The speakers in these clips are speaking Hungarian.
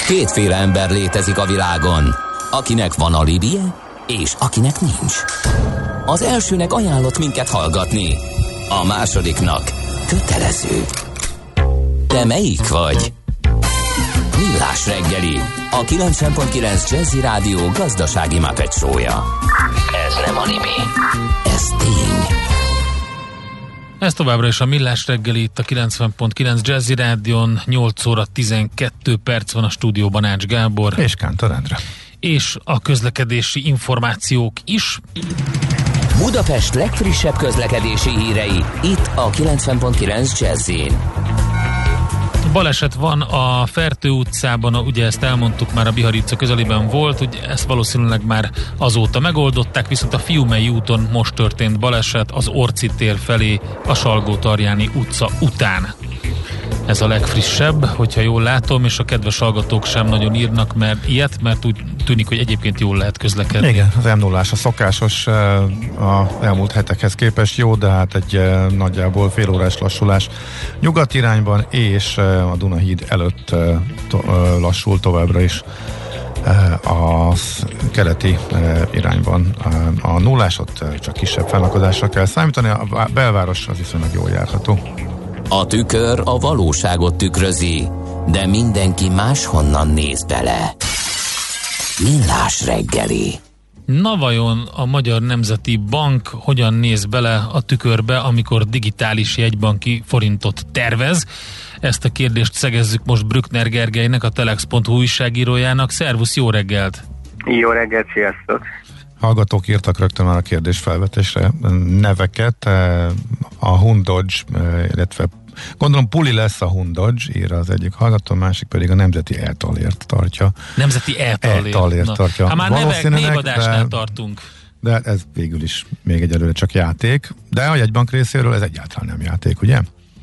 Kétféle ember létezik a világon, akinek van alibije, és akinek nincs. Az elsőnek ajánlott minket hallgatni, a másodiknak kötelező. Te melyik vagy? Millás reggeli, a 90.9 Jazzy Rádió gazdasági Muppet show-ja. Ez nem anime, ez tény. Ez továbbra is a Millás reggeli itt a 90.9 Jazzy Rádion, 8 óra 12 perc van a stúdióban Ács Gábor. És Kántor Endre. És a közlekedési információk is. Budapest legfrissebb közlekedési hírei, itt a 90.9 Jazzyn. Baleset van a Fertő utcában, ugye ezt elmondtuk, már a Bihari utca közelében volt, ugye ezt valószínűleg már azóta megoldották, viszont a Fiumei úton most történt baleset az Orci tér felé a Salgó-Tarjáni utca után. Ez a legfrissebb, hogyha jól látom, és a kedves hallgatók sem nagyon írnak mert úgy tűnik, hogy egyébként jól lehet közlekedni. Igen, az M0-ás a szokásos a elmúlt hetekhez képest jó, de hát egy nagyjából fél órás lassulás nyugat irányban, és a Dunahíd előtt lassul továbbra is a keleti irányban a nullás, ott csak kisebb fennakadásra kell számítani, a belváros az viszonylag jól járható. A tükör a valóságot tükrözi, de mindenki máshonnan néz bele. Millás reggeli. Na vajon a Magyar Nemzeti Bank hogyan néz bele a tükörbe, amikor digitális jegybanki forintot tervez? Ezt a kérdést szegezzük most Brückner Gergelynek, a telex.hu újságírójának. Szervusz, jó reggelt! Jó reggelt, sziasztok! Hallgatók írtak rögtön a kérdésfelvetésre neveket, a Hundodge, illetve gondolom Puli lesz a Hundodge, ír az egyik hallgató, másik pedig a Nemzeti E-tallért tartja. Nemzeti E-tallért tartja. Hát már névadásnál tartunk. De ez végül is még egyelőre csak játék, de a jegybank részéről ez egyáltalán nem játék, ugye?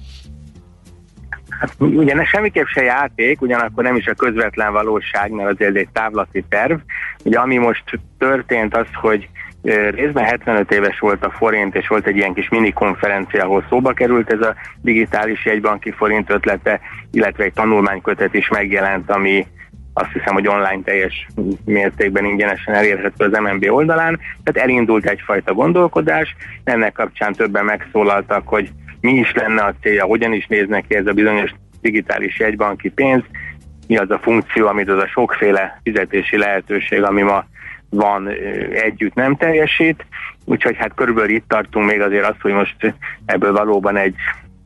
Hát ugye semmiképp se játék, ugyanakkor nem is a közvetlen valóság, mert azért egy távlati terv. Ugye ami most történt az, hogy részben 75 éves volt a forint, és volt egy ilyen kis mini konferencia, ahol szóba került ez a digitális jegybanki forint ötlete, illetve egy tanulmánykötet is megjelent, ami azt hiszem, hogy online teljes mértékben ingyenesen elérhető az MNB oldalán. Tehát elindult egyfajta gondolkodás, ennek kapcsán többen megszólaltak, hogy mi is lenne a célja, hogyan is néznek ki ez a bizonyos digitális jegybanki pénz, mi az a funkció, amit az a sokféle fizetési lehetőség, ami ma van, együtt nem teljesít. Úgyhogy hát körülbelül itt tartunk még azért azt, hogy most ebből valóban egy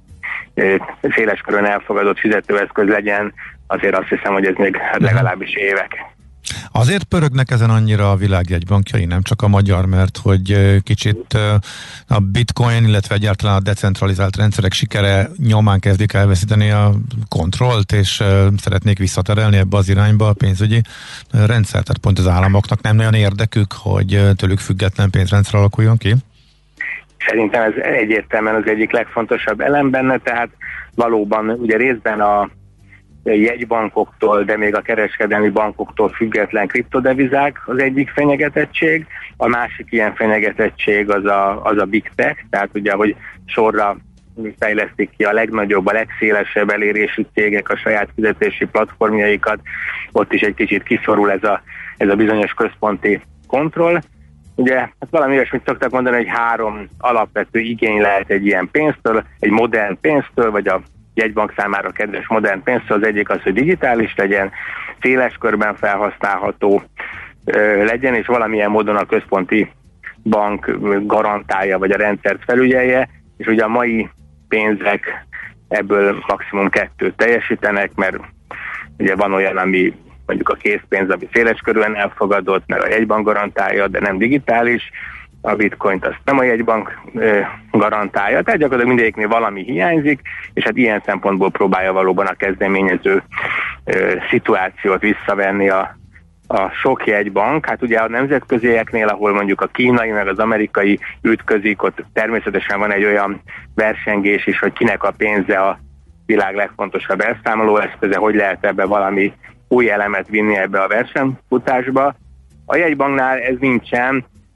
széles körön elfogadott fizetőeszköz legyen, azért azt hiszem, hogy ez még legalábbis évek. Azért pörögnek ezen annyira a világjegybankjai, nem csak a magyar, mert hogy kicsit a bitcoin, illetve egyáltalán a decentralizált rendszerek sikere nyomán kezdik elveszíteni a kontrollt, és szeretnék visszaterelni ebbe az irányba a pénzügyi rendszer. Tehát pont az államoknak nem nagyon érdekük, hogy tőlük független pénzrendszer alakuljon ki? Szerintem ez egyértelműen az egyik legfontosabb elem benne, tehát valóban ugye részben a jegybankoktól, de még a kereskedelmi bankoktól független kriptodevizák az egyik fenyegetettség, a másik ilyen fenyegetettség az a big tech, tehát ugye, hogy sorra fejlesztik ki a legnagyobb, a legszélesebb elérésű cégek a saját fizetési platformjaikat, ott is egy kicsit kiszorul ez a bizonyos központi kontroll. Ugye, hát valami olyasmit szoktak mondani, hogy 3 alapvető igény lehet egy ilyen pénztől, egy modern pénztől, vagy a jegybank számára kedves modern pénztől. Az egyik az, hogy digitális legyen, széles körben felhasználható legyen, és valamilyen módon a központi bank garantálja, vagy a rendszert felügyelje, és ugye a mai pénzek ebből maximum 2 teljesítenek, mert ugye van olyan, ami mondjuk a készpénz, ami széleskörűen elfogadott, mert a jegybank garantálja, de nem digitális, a bitcoint azt nem a jegybank garantálja, tehát gyakorlatilag mindegyiknél valami hiányzik, és hát ilyen szempontból próbálja valóban a kezdeményező szituációt visszavenni a sok jegybank. Hát ugye a nemzetközieknél, ahol mondjuk a kínai meg az amerikai ütközik, ott természetesen van egy olyan versengés is, hogy kinek a pénze a világ legfontosabb elszámoló eszköze, hogy lehet ebbe valami új elemet vinni ebbe a versenyfutásba. A jegybanknál ez nincsen,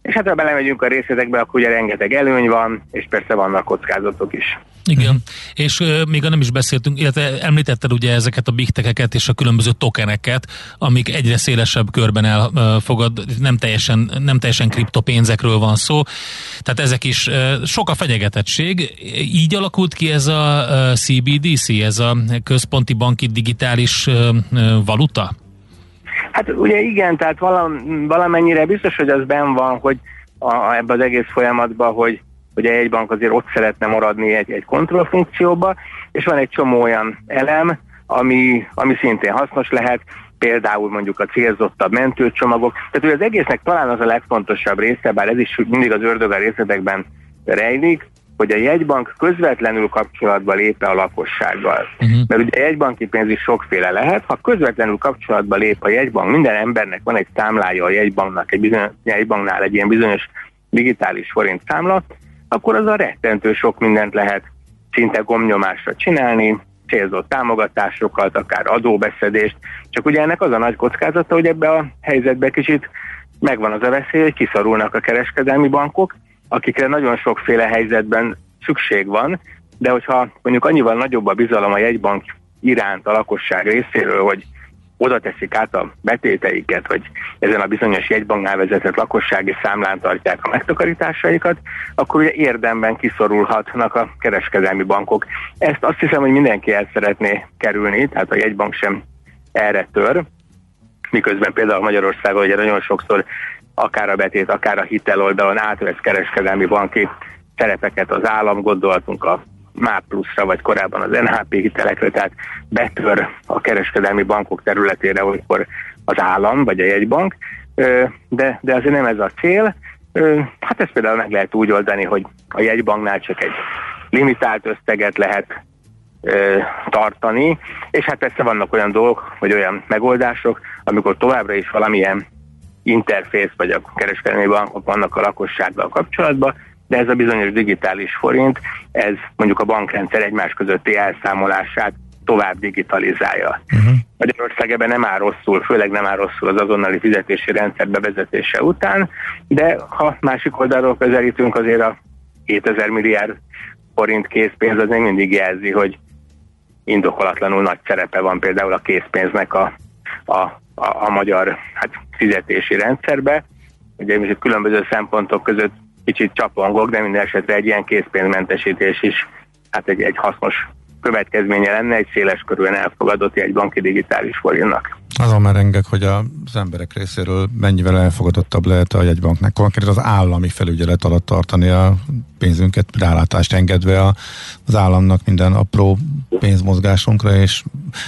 És hát ha belemegyünk a részletekbe, akkor ugye rengeteg előny van, és persze vannak kockázatok is. Igen, és még nem is beszéltünk, illetve említetted ugye ezeket a big tech-eket és a különböző tokeneket, amik egyre szélesebb körben elfogad, nem teljesen kriptopénzekről van szó, tehát ezek is sok a fenyegetettség. Így alakult ki ez a CBDC, ez a központi banki digitális valuta? Hát ugye igen, tehát valamennyire biztos, hogy az benn van, hogy ebben az egész folyamatban, hogy egy bank azért ott szeretne maradni egy kontrollfunkcióba, és van egy csomó olyan elem, ami szintén hasznos lehet, például mondjuk a célzottabb mentőcsomagok. Tehát ugye az egésznek talán az a legfontosabb része, bár ez is mindig az ördög a részletekben rejlik, hogy a jegybank közvetlenül kapcsolatba lép a lakossággal. Mert ugye a jegybanki pénz is sokféle lehet, ha közvetlenül kapcsolatba lép a jegybank, minden embernek van egy számlája a jegybanknak, jegybanknál egy ilyen bizonyos digitális forint számla, akkor az a rettentő sok mindent lehet szinte gombnyomásra csinálni, célzott támogatásokat, akár adóbeszedést, csak ugye ennek az a nagy kockázata, hogy ebbe a helyzetbe kicsit megvan az a veszély, hogy kiszorulnak a kereskedelmi bankok, akikre nagyon sokféle helyzetben szükség van, de hogyha mondjuk annyival nagyobb a bizalom a jegybank iránt a lakosság részéről, hogy oda teszik át a betéteiket, hogy ezen a bizonyos jegybanknál vezetett lakossági számlán tartják a megtakarításaikat, akkor ugye érdemben kiszorulhatnak a kereskedelmi bankok. Ezt azt hiszem, hogy mindenki el szeretné kerülni, tehát a jegybank sem erre tör, miközben például Magyarországon ugye nagyon sokszor akár a betét, akár a hitel oldalon átvesz kereskedelmi banki szerepeket az állam, gondoltunk a MÁP pluszra, vagy korábban az NHP hitelekre, tehát betör a kereskedelmi bankok területére olykor az állam, vagy a jegybank, de azért nem ez a cél. Hát ezt például meg lehet úgy oldani, hogy a jegybanknál csak egy limitált összeget lehet tartani, és hát persze vannak olyan dolgok, vagy olyan megoldások, amikor továbbra is valamilyen interfész, vagy a kereskedelmi bankok vannak a lakossággal kapcsolatban, de ez a bizonyos digitális forint, ez mondjuk a bankrendszer egymás közötti elszámolását tovább digitalizálja. Magyarország ebben nem áll rosszul, főleg nem áll rosszul az azonnali fizetési rendszer bevezetése után, de ha másik oldalról közelítünk, azért a 2000 milliárd forint készpénz az még mindig jelzi, hogy indokolatlanul nagy szerepe van például a készpénznek a magyar fizetési rendszerbe. Ugye most különböző szempontok között kicsit csapongok, de minden esetre egy ilyen készpénzmentesítés is egy hasznos következménye lenne egy széles körűen elfogadott jegybanki digitális forintnak. Azon már engek, hogy az emberek részéről mennyivel elfogadottabb lehet a jegybanknak konkrétan az állami felügyelet alatt tartani a pénzünket, rálátást engedve az államnak minden apró pénzmozgásunkra, és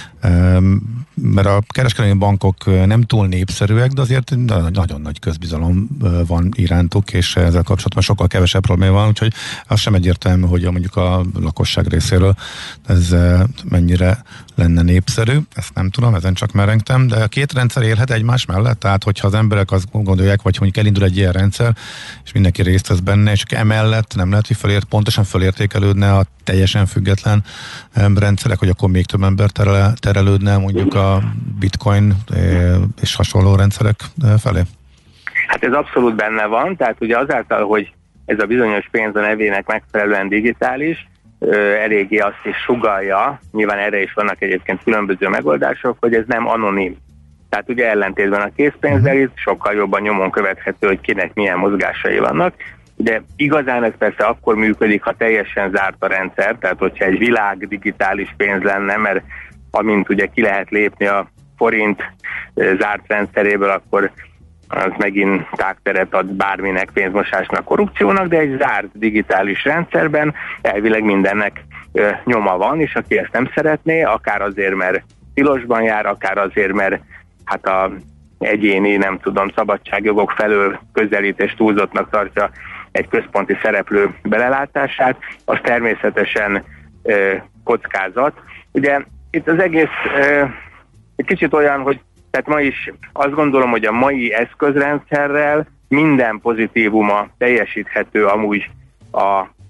mert a kereskedelmi bankok nem túl népszerűek, de azért nagyon nagy közbizalom van irántuk, és ezzel kapcsolatban sokkal kevesebb probléma van, úgyhogy az sem egyértelmű, hogy mondjuk a lakosság részéről ez mennyire lenne népszerű, ezt nem tudom, ezen csak merengtem, de a két rendszer élhet egymás mellett, tehát hogyha az emberek azt gondolják, vagy mondjuk elindul egy ilyen rendszer, és mindenki részt vesz benne, és emellett nem lehet, hogy pontosan fölértékelődne a teljesen független rendszerek, hogy akkor még több ember terelődne mondjuk a bitcoin és hasonló rendszerek felé? Hát ez abszolút benne van, tehát ugye azáltal, hogy ez a bizonyos pénz a nevének megfelelően digitális, eléggé azt is sugallja, nyilván erre is vannak egyébként különböző megoldások, hogy ez nem anonim. Tehát ugye ellentétben a készpénzzel itt sokkal jobban nyomon követhető, hogy kinek milyen mozgásai vannak. Ugye igazán ez persze akkor működik, ha teljesen zárt a rendszer, tehát hogyha egy világ digitális pénz lenne, mert amint ugye ki lehet lépni a forint zárt rendszeréből, akkor az megint tágteret ad bárminek, pénzmosásnak, korrupciónak, de egy zárt digitális rendszerben elvileg mindennek nyoma van, és aki ezt nem szeretné, akár azért, mert tilosban jár, akár azért, mert hát a egyéni, nem tudom, szabadságjogok felől közelítés túlzottnak tartja egy központi szereplő belelátását, az természetesen kockázat. Ugye itt az egész egy kicsit olyan, hogy tehát ma is azt gondolom, hogy a mai eszközrendszerrel minden pozitívuma teljesíthető amúgy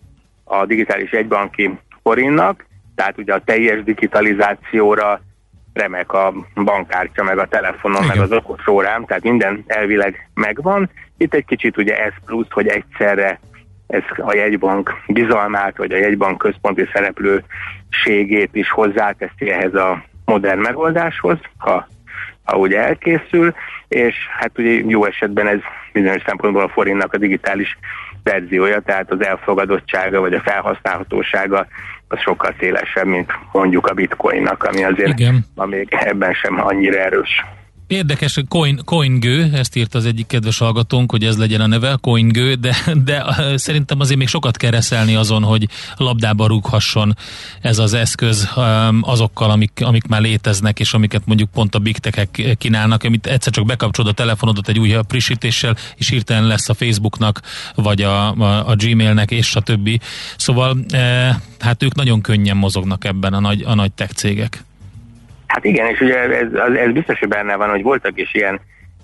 a digitális egybanki forintnak, tehát ugye a teljes digitalizációra remek a bankkártya, meg a telefonom, meg az okosórám, tehát minden elvileg megvan. Itt egy kicsit ugye ez plusz, hogy egyszerre ez a jegybank bizalmát, vagy a jegybank központi szereplőségét is hozzáteszi ehhez a modern megoldáshoz, ha ugye elkészül, és hát ugye jó esetben ez bizonyos szempontból a forintnak a digitális verziója, tehát az elfogadottsága, vagy a felhasználhatósága az sokkal szélesebb, mint mondjuk a bitcoinnak, ami azért még ebben sem annyira erős. Érdekes, CoinGő, ezt írt az egyik kedves hallgatónk, hogy ez legyen a neve, CoinGő, de szerintem azért még sokat kell reszelni azon, hogy labdába rúghasson ez az eszköz azokkal, amik már léteznek, és amiket mondjuk pont a big tech-ek kínálnak, amit egyszer csak bekapcsolod a telefonodat egy újabb frissítéssel, és hirtelen lesz a Facebooknak, vagy a Gmailnek, és a többi. Szóval hát ők nagyon könnyen mozognak ebben a nagy tech cégek. Hát igen, és ugye ez biztos, hogy benne van, hogy voltak is ilyen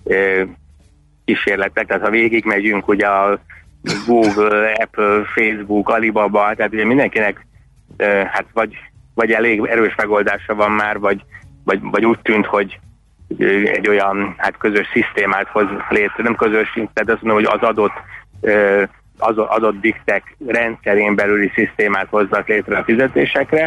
kísérletek, tehát ha végigmegyünk ugye a Google, Apple, Facebook, Alibaba, tehát ugye mindenkinek hát vagy elég erős megoldása van már, vagy úgy tűnt, hogy egy olyan hát közös szisztémát hoz létre, nem közös, tehát azt mondom, hogy az adott big tech rendszerén belüli szisztémát hoznak létre a fizetésekre.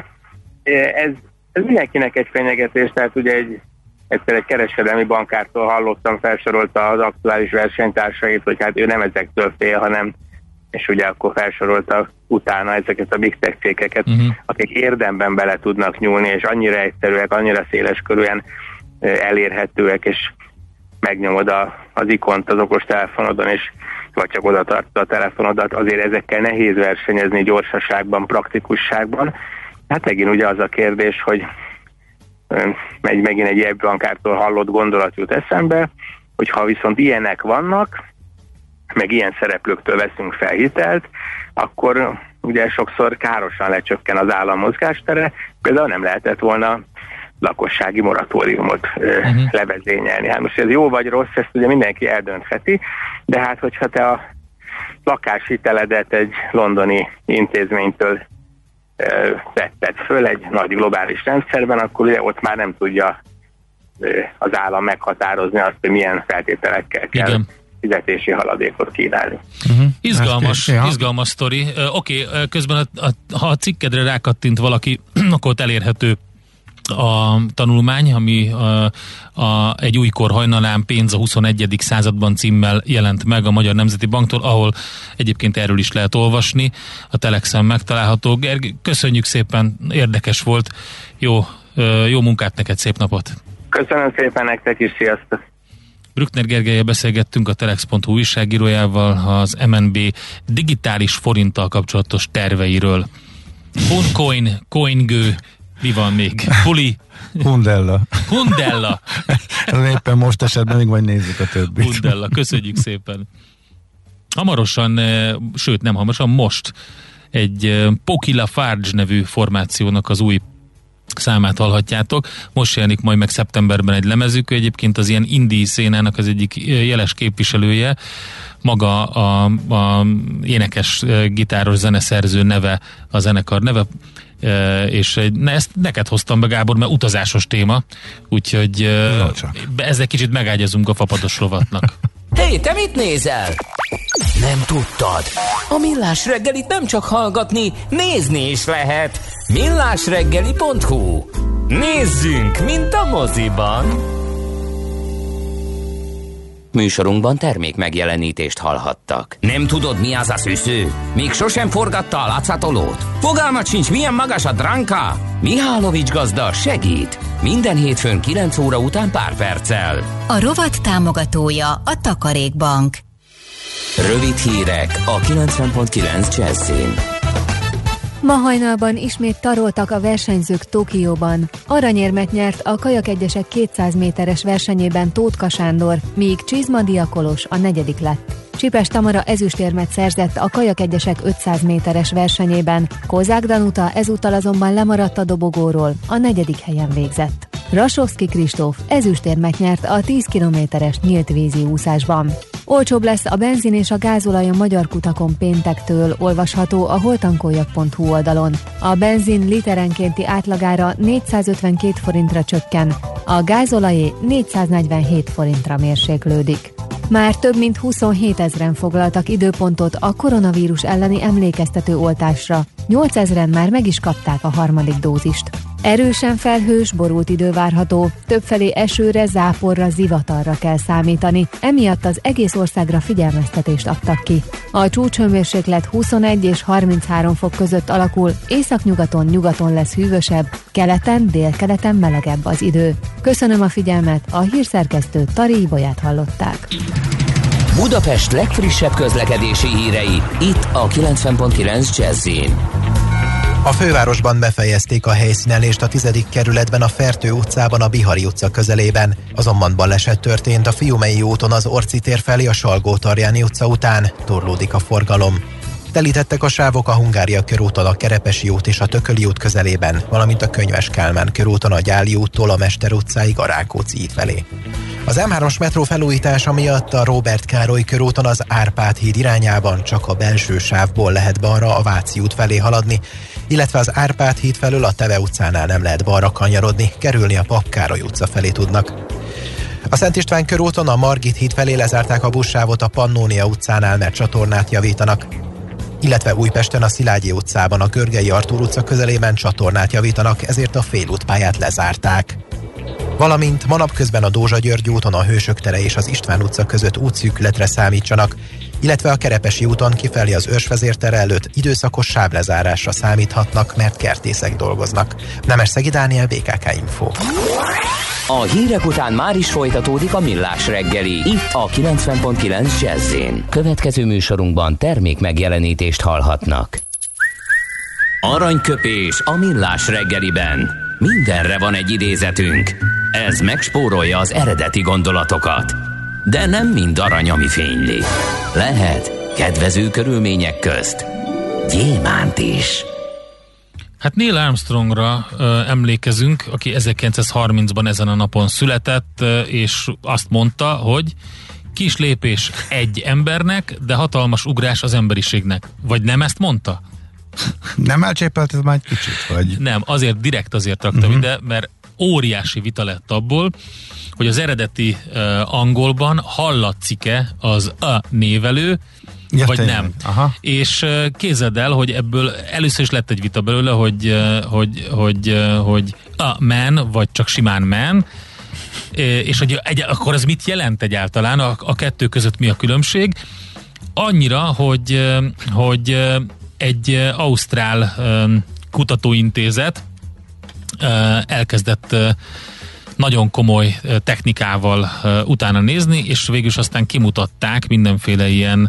Ez mindenkinek egy fenyegetés, tehát ugye egyszer egy kereskedelmi bankártól hallottam, felsorolta az aktuális versenytársait, hogy hát ő nem ezektől fél, hanem, és ugye akkor felsorolta utána ezeket a big tech cégeket, akik érdemben bele tudnak nyúlni, és annyira egyszerűek, annyira széleskörűen elérhetőek, és megnyomod az ikont az okostelefonodon, és vagy csak oda tartod a telefonodat, azért ezekkel nehéz versenyezni gyorsaságban, praktikusságban. Hát megint ugye az a kérdés, hogy megint egy jegybankártól hallott gondolat jut eszembe, hogy ha viszont ilyenek vannak, meg ilyen szereplőktől veszünk fel hitelt, akkor ugye sokszor károsan lecsökken az állam mozgástere, például nem lehetett volna lakossági moratóriumot levezényelni. Hát most ez jó vagy rossz, ezt ugye mindenki eldöntheti, de hát hogyha te a lakáshiteledet egy londoni intézménytől vetted föl egy nagy globális rendszerben, akkor ugye ott már nem tudja az állam meghatározni azt, hogy milyen feltételekkel kell fizetési haladékot kínálni. Izgalmas sztori. Oké, közben ha a cikkedre rákattint valaki, akkor ott elérhető a tanulmány, ami egy újkor hajnalán pénz a 21. században címmel jelent meg a Magyar Nemzeti Banktól, ahol egyébként erről is lehet olvasni, a Telexen megtalálható. Gergely, köszönjük szépen, érdekes volt, jó munkát neked, szép napot! Köszönöm szépen nektek is, sziasztok! Brückner Gergellyel beszélgettünk, a Telex.hu újságírójával az MNB digitális forinttal kapcsolatos terveiről. CoinGő, mi van még? Puli? Hundella. Éppen most esetben még majd nézzük a többit. Hundella, köszönjük szépen. Hamarosan, sőt nem hamarosan, most egy Poki Lafarge nevű formációnak az új számát hallhatjátok. Most jelenik majd meg szeptemberben egy lemezük, egyébként az ilyen indie szénának az egyik jeles képviselője, maga a énekes, gitáros zeneszerző neve, a zenekar neve, és ezt neked hoztam be, Gábor, mert utazásos téma, úgyhogy ezzel kicsit megágyazunk a fapados rovatnak. Hé, te mit nézel? Nem tudtad? A Millás reggelit nem csak hallgatni, nézni is lehet. millásreggeli.hu. Nézzünk, mint a moziban. Műsorunkban termék megjelenítést hallhattak. Nem tudod, mi az a szűző? Még sosem forgatta a látszatolót? Fogalmat sincs, milyen magas a dránka? Mihálovics gazda segít. Minden hétfőn 9 óra után pár perccel. A rovat támogatója a Takarékbank. Rövid hírek a 90.9 Jazzin. Ma hajnalban ismét taroltak a versenyzők Tokióban. Aranyérmet nyert a kajakegyesek 200 méteres versenyében Tótka Sándor, míg Csizma Diakolos a 4. lett. Csipes Tamara ezüstérmet szerzett a kajakegyesek 500 méteres versenyében, Kozák Danuta ezúttal azonban lemaradt a dobogóról, a 4. helyen végzett. Rasovszky Kristóf ezüstérmet nyert a 10 kilométeres nyílt vízi úszásban. Olcsóbb lesz a benzin és a gázolaj a magyar kutakon péntektől, olvasható a holtankoljak.hu oldalon. A benzin literenkénti átlagára 452 forintra csökken, a gázolajé 447 forintra mérséklődik. Már több mint 27 000 foglaltak időpontot a koronavírus elleni emlékeztető oltásra, 8 000 már meg is kapták a harmadik dózist. Erősen felhős, borult idő várható, többfelé esőre, záporra, zivatarra kell számítani, emiatt az egész országra figyelmeztetést adtak ki. A csúcshőmérséklet 21 és 33 fok között alakul, északnyugaton, nyugaton lesz hűvösebb, keleten, délkeleten melegebb az idő. Köszönöm a figyelmet, a hírszerkesztő Tari Ibolyát hallották. Budapest legfrissebb közlekedési hírei, itt a 90.9 Jazz-in. A fővárosban befejezték a helyszínelést a 10. kerületben a Fertő utcában a Bihari utca közelében. Azonban baleset történt a Fiumei úton az Orci tér felé a Salgó-Tarjáni utca után. Torlódik a forgalom. Telítettek a sávok a Hungária körúton a Kerepesi út és a Tököli út közelében, valamint a Könyves Kálmán körúton a Gyáli úttól a Mester utcáig a Rákóczi híd felé. Az M3-as metró felújítása miatt a Róbert Károly körúton az Árpád híd irányában csak a belső sávból lehet balra a Váci út felé haladni, illetve az Árpád híd felől a Teve utcánál nem lehet balra kanyarodni, kerülni a Papp Károly utca felé tudnak. A Szent István körúton a Margit híd felé lezárták a buszsávot a Pannónia utcánál, mert csatornát javítanak, illetve Újpesten a Szilágyi utcában a Görgei Artúr utca közelében csatornát javítanak, ezért a félútpályát lezárták. Valamint ma napközben a Dózsa-György úton a Hősök tere és az István utca között útszűkületre számítsanak, illetve a Kerepesi úton kifelé az Őrsvezértere előtt időszakos sávlezárásra számíthatnak, mert kertészek dolgoznak. Nemesszegi Dániel, BKK Info. A hírek után már is folytatódik a Millás reggeli, itt a 90.9 Jazz-in. Következő műsorunkban termék megjelenítést hallhatnak. Aranyköpés a Millás reggeliben. Mindenre van egy idézetünk. Ez megspórolja az eredeti gondolatokat. De nem mind arany, ami fényli. Lehet kedvező körülmények közt gyémánt is. Hát Neil Armstrongra emlékezünk, aki 1930-ban ezen a napon született, és azt mondta, hogy kis lépés egy embernek, de hatalmas ugrás az emberiségnek. Vagy nem ezt mondta? Nem elcsépelt ez már egy kicsit, vagy? Nem, azért raktam ide, mert óriási vita lett abból, hogy az eredeti angolban hallatszik-e az a névelő, ja, vagy tényleg. Nem. Aha. És képzeld el, hogy ebből először is lett egy vita belőle, hogy a man, vagy csak simán man, és hogy akkor ez mit jelent egyáltalán, a kettő között mi a különbség? Annyira, hogy egy ausztrál kutatóintézet elkezdett nagyon komoly technikával utána nézni, és végül aztán kimutatták mindenféle ilyen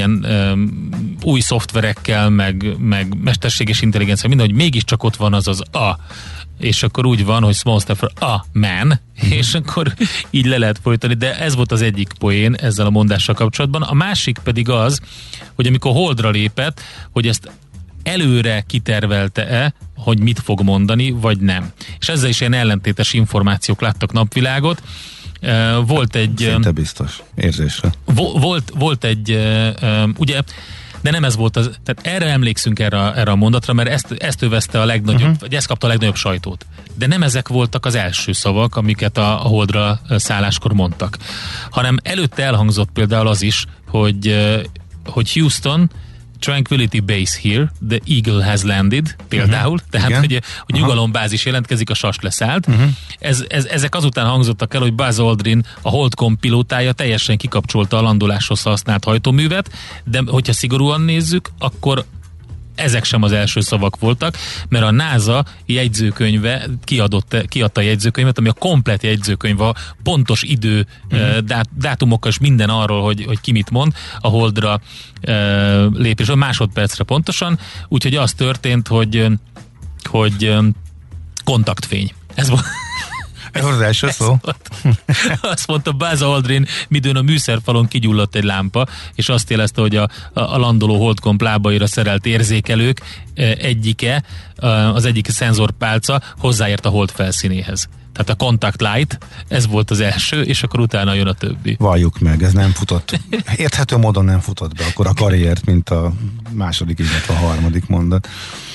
új szoftverekkel, meg mesterséges intelligencia, minden, hogy mégiscsak ott van az a, és akkor úgy van, hogy small step for a man, és akkor így le lehet folytani, de ez volt az egyik poén ezzel a mondással kapcsolatban. A másik pedig az, hogy amikor Holdra lépett, hogy ezt előre kitervelte-e, hogy mit fog mondani, vagy nem. És ezzel is ilyen ellentétes információk láttak napvilágot. Volt egy... Szinte biztos érzésre. Volt egy... ugye, de nem ez volt az... Tehát erre emlékszünk erre a mondatra, mert ezt övezte a legnagyobb, vagy ezt kapta a legnagyobb sajtót. De nem ezek voltak az első szavak, amiket a Holdra szálláskor mondtak. Hanem előtte elhangzott például az is, hogy Houston, Tranquility Base here, the Eagle has landed, például, tehát hogy nyugalombázis jelentkezik, a sas leszállt. Ezek azután hangzottak el, hogy Buzz Aldrin, a Holdcom pilótája teljesen kikapcsolta a landoláshoz használt hajtóművet, de hogyha szigorúan nézzük, akkor ezek sem az első szavak voltak, mert a NASA jegyzőkönyve kiadta a jegyzőkönyvet, ami a komplett jegyzőkönyv, a pontos idő, dátumokkal és minden arról, hogy ki mit mond, a Holdra lépés, a másodpercre pontosan, úgyhogy az történt, hogy kontaktfény. Ez volt. Ez az első szó. Azt mondta Buzz Aldrin, midőn a műszerfalon kigyulladt egy lámpa, és azt jelezte, hogy a landoló Holdcom lábaira szerelt érzékelők az egyik szenzorpálca hozzáért a Hold felszínéhez. Tehát a Contact Lite, ez volt az első, és akkor utána jön a többi. Valljuk meg, ez nem futott. Érthető módon nem futott be akkor a karriert, mint a második, illetve a harmadik mondat.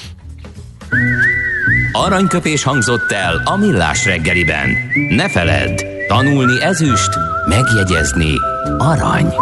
Aranyköpés hangzott el a Millás reggeliben. Ne feledd, tanulni ezüst, megjegyezni arany.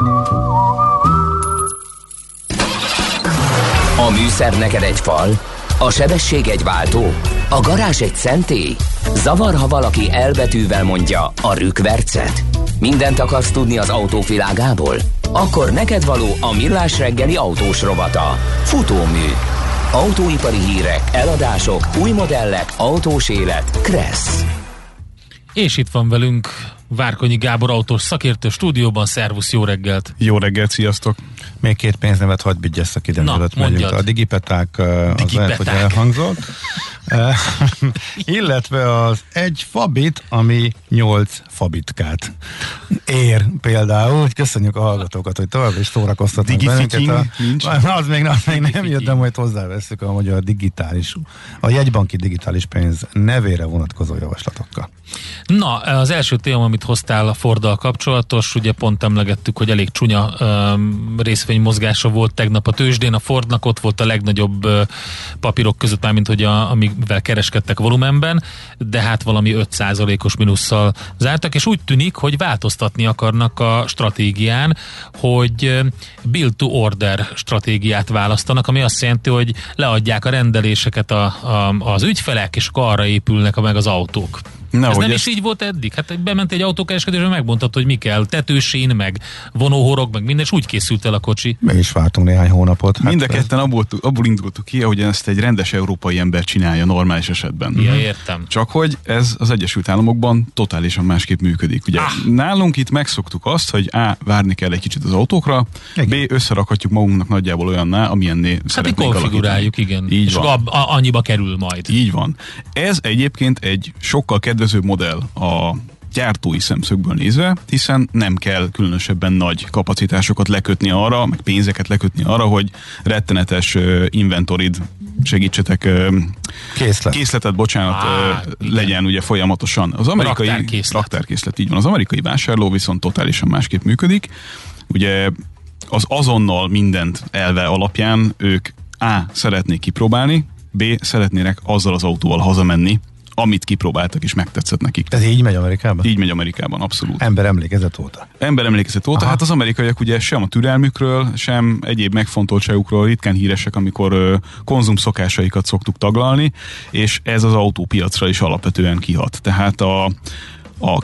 A műszer neked egy fal, a sebesség egy váltó, a garázs egy szentély. Zavar, ha valaki elbetűvel mondja a rükvercet. Mindent akarsz tudni az autók világából? Akkor neked való a Millás reggeli autós rovata. Futómű. Autóipari hírek, eladások, új modellek, autós élet. Kressz. És itt van velünk Várkonyi Gábor autós szakértő stúdióban. Szervusz, jó reggelt! Jó reggelt, sziasztok! Még két pénznevet hadd vigyesszak ide, mielőtt megyünk. A Digipeták az lehet, hogy elhangzott. Illetve az egy fabit, ami 8 fabitkát ér például. Köszönjük a hallgatókat, hogy tovább is szórakoztatnak bennünket. Az még nem jött, de majd hozzáveszünk a magyar digitális, a jegybanki digitális pénz nevére vonatkozó javaslatokkal. Na, az első téma, amit hoztál a Forddal kapcsolatos, ugye pont emlegettük, hogy elég csúnya részvénymozgása volt tegnap a tőzsdén. A Fordnak ott volt a legnagyobb papírok között, mármint hogy amivel kereskedtek volumenben, de hát valami 5%-os mínusszal zártak, és úgy tűnik, hogy változtatni akarnak a stratégián, hogy build to order stratégiát választanak, ami azt jelenti, hogy leadják a rendeléseket az ügyfelek, és akkor arra épülnek meg az autók. Ez nem is így volt eddig? Hát bement egy autókereskedőre, megmondtad, hogy mi kell, tetősín, meg vonóhorog, meg minden, és úgy készült el a kocsi. Meg is vártunk néhány hónapot. Mind a ketten abból indultuk ki, hogy ezt egy rendes európai ember csinálja normális esetben. Ja, értem. Csak hogy ez az Egyesült Államokban totálisan másképp működik. Ugye nálunk itt megszoktuk azt, hogy A. várni kell egy kicsit az autókra, B. összerakhatjuk magunknak nagyjából olyanná, amilyenné szeretnénk konfiguráljuk, igen. Így és van. Annyiba kerül majd. Így van. Ez egyébként egy sokkal kedvezőbb modell a gyártói szemszögből nézve, hiszen nem kell különösebben nagy kapacitásokat lekötni arra, meg pénzeket lekötni arra, hogy rettenetes inventorid, segítsetek, készletet, legyen ugye folyamatosan. Az amerikai raktárkészlet, így van. Az amerikai vásárló viszont totálisan másképp működik. Ugye az azonnal mindent elve alapján ők A. szeretnék kipróbálni, B. szeretnének azzal az autóval hazamenni, amit kipróbáltak és megtetszett nekik. Ez így megy Amerikában? Így megy Amerikában, abszolút. Ember emlékezet óta. Hát az amerikaiak ugye sem a türelmükről, sem egyéb megfontoltságukról ritkán híresek, amikor konzumszokásaikat szoktuk taglalni, és ez az autópiacra is alapvetően kihat. Tehát a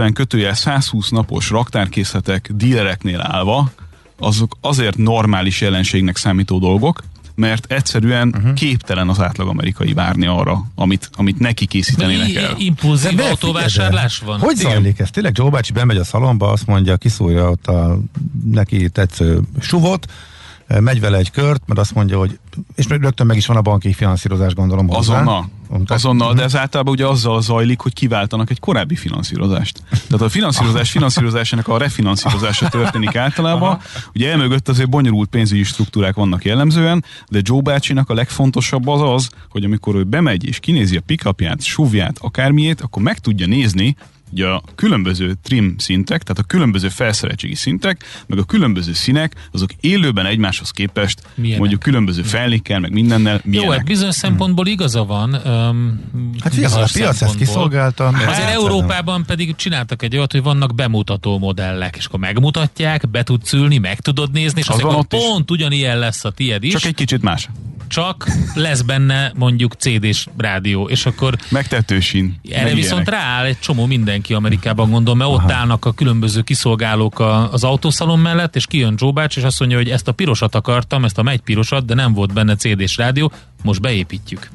90-120 napos raktárkészletek dílereknél állva, azok azért normális jelenségnek számító dolgok, mert egyszerűen képtelen az átlag amerikai várni arra, amit neki készítenének el. Impulzív autóvásárlás van? Hogy zajlik ez? Tényleg Joe bácsi bemegy a szalomba, azt mondja, kiszúrja ott a neki tetsző suvot, megy vele egy kört, mert azt mondja, hogy és rögtön meg is van a banki finanszírozás, gondolom hozzá. Azonnal, de ez általában ugye azzal zajlik, hogy kiváltanak egy korábbi finanszírozást. Tehát a finanszírozásának a refinanszírozása történik általában. Ugye elmögött azért bonyolult pénzügyi struktúrák vannak jellemzően, de Joe bácsinak a legfontosabb az, hogy amikor ő bemegy és kinézi a pick-upját, SUV-ját, akármiét, akkor meg tudja nézni, hogy a különböző trim szintek, tehát a különböző felszereltségi szintek, meg a különböző színek, azok élőben egymáshoz képest, milyenek? Mondjuk különböző fellékkel, meg mindennel milyenek. Jó, hát bizonyos szempontból igaza van. Hát a piac ezt kiszolgálta. Azért Európában pedig csináltak egy olyat, hogy vannak bemutató modellek, és akkor megmutatják, be tudsz ülni, meg tudod nézni, és azért pont ugyanilyen lesz a tied is. Csak egy kicsit más. Csak lesz benne mondjuk CD-s rádió, és akkor megtetősín. Erre viszont rááll egy csomó mindenki Amerikában, gondolom, mert ott állnak a különböző kiszolgálók az autószalon mellett, és kijön Joe bácsi, és azt mondja, hogy ezt a pirosat akartam, ezt a megy pirosat, de nem volt benne CD-s rádió, most beépítjük.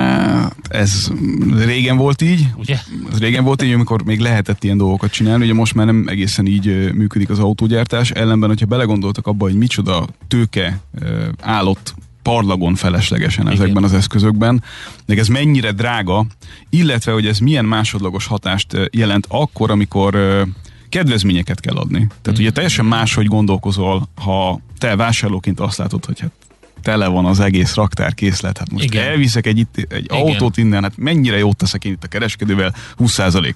Ez régen volt így. Ugye? Ez régen volt így, amikor még lehetett ilyen dolgokat csinálni, ugye most már nem egészen így működik az autógyártás, ellenben, hogyha belegondoltak abba, hogy micsoda tőke állott parlagon feleslegesen ezekben az eszközökben, de ez mennyire drága, illetve, hogy ez milyen másodlagos hatást jelent akkor, amikor kedvezményeket kell adni. Tehát ugye teljesen máshogy gondolkozol, ha te vásárlóként azt látod, hogy hát tele van az egész raktárkészlet. Hát most igen. Elviszek egy autót innen, hát mennyire jót teszek én itt a kereskedővel? 20%.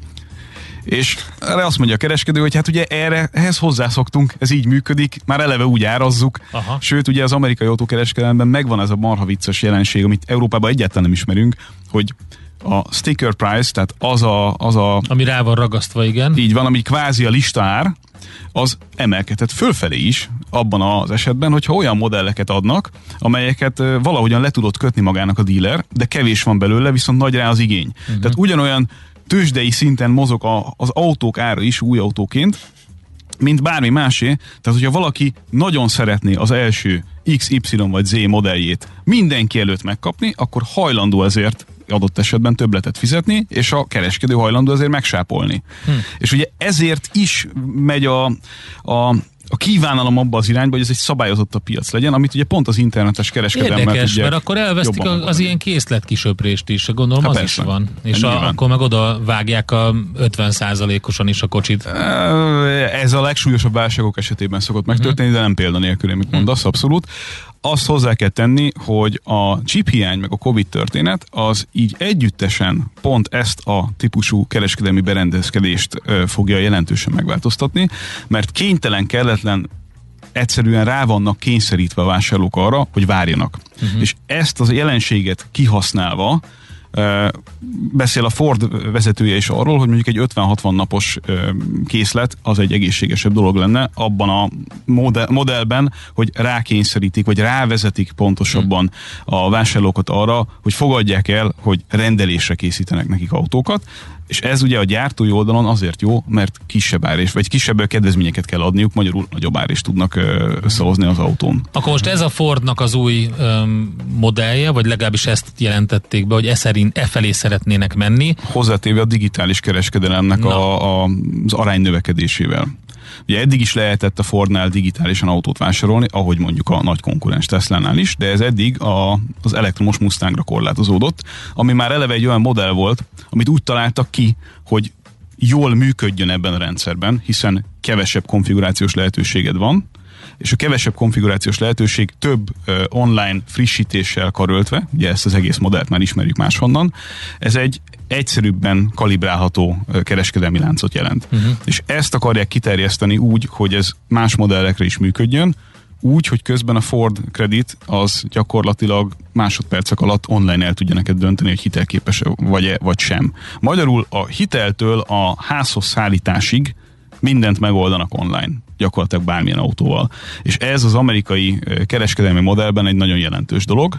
És erre azt mondja a kereskedő, hogy hát ugye ehhez hozzászoktunk, ez így működik, már eleve úgy árazzuk. Aha. Sőt, ugye az amerikai autókereskedelemben megvan ez a marha vicces jelenség, amit Európában egyáltalán nem ismerünk, hogy a sticker price, tehát az a... Ami rá van ragasztva, igen. Így van, ami kvázi a listaár, az emelkedhet fölfelé is abban az esetben, hogyha olyan modelleket adnak, amelyeket valahogyan le tudod kötni magának a dealer, de kevés van belőle, viszont nagy rá az igény. Tehát ugyanolyan tőzsdei szinten mozog az autók ára is új autóként, mint bármi másé. Tehát, hogyha valaki nagyon szeretné az első X, Y vagy Z modelljét mindenki előtt megkapni, akkor hajlandó ezért adott esetben többletet fizetni, és a kereskedő hajlandó ezért megsápolni. És ugye ezért is megy a kívánalom abba az irányba, hogy ez egy szabályozottabb piac legyen, amit ugye pont az internetes kereskedelemmel érdekes, mert akkor elvesztik az ilyen készletkisöprést is, gondolom az persze. is van. És akkor meg oda vágják a 50%-osan is a kocsit. Ez a legsúlyosabb válságok esetében szokott megtörténni, de nem példanélkül, amit mondasz, abszolút. Azt hozzá kell tenni, hogy a chiphiány meg a Covid történet az így együttesen pont ezt a típusú kereskedelmi berendezkedést fogja jelentősen megváltoztatni, mert kelletlen egyszerűen rá vannak kényszerítve a vásárlók arra, hogy várjanak. És ezt az jelenséget kihasználva beszél a Ford vezetője is arról, hogy mondjuk egy 50-60 napos készlet az egy egészségesebb dolog lenne abban a modellben, hogy rákényszerítik, vagy rávezetik pontosabban a vásárlókat arra, hogy fogadják el, hogy rendelésre készítenek nekik autókat, és ez ugye a gyártói oldalon azért jó, mert kisebb árés, vagy kisebb kedvezményeket kell adniuk, magyarul nagyobb árést tudnak összehozni az autón. Akkor most ez a Fordnak az új modellje, vagy legalábbis ezt jelentették be, hogy e felé szeretnének menni. Hozzátéve a digitális kereskedelemnek az arány növekedésével. Ugye eddig is lehetett a Fordnál digitálisan autót vásárolni, ahogy mondjuk a nagy konkurens Teslánál is, de ez eddig az elektromos Mustangra korlátozódott, ami már eleve egy olyan modell volt, amit úgy találtak ki, hogy jól működjön ebben a rendszerben, hiszen kevesebb konfigurációs lehetőséged van, és a kevesebb konfigurációs lehetőség több online frissítéssel karöltve, ugye ezt az egész modellt már ismerjük máshonnan, ez egy egyszerűbben kalibrálható kereskedelmi láncot jelent. És ezt akarják kiterjeszteni úgy, hogy ez más modellekre is működjön, úgy, hogy közben a Ford Credit az gyakorlatilag másodpercek alatt online el tudja neked dönteni, hogy hitelképes vagy sem. Magyarul a hiteltől a házhoz szállításig mindent megoldanak online, gyakorlatilag bármilyen autóval. És ez az amerikai kereskedelmi modellben egy nagyon jelentős dolog,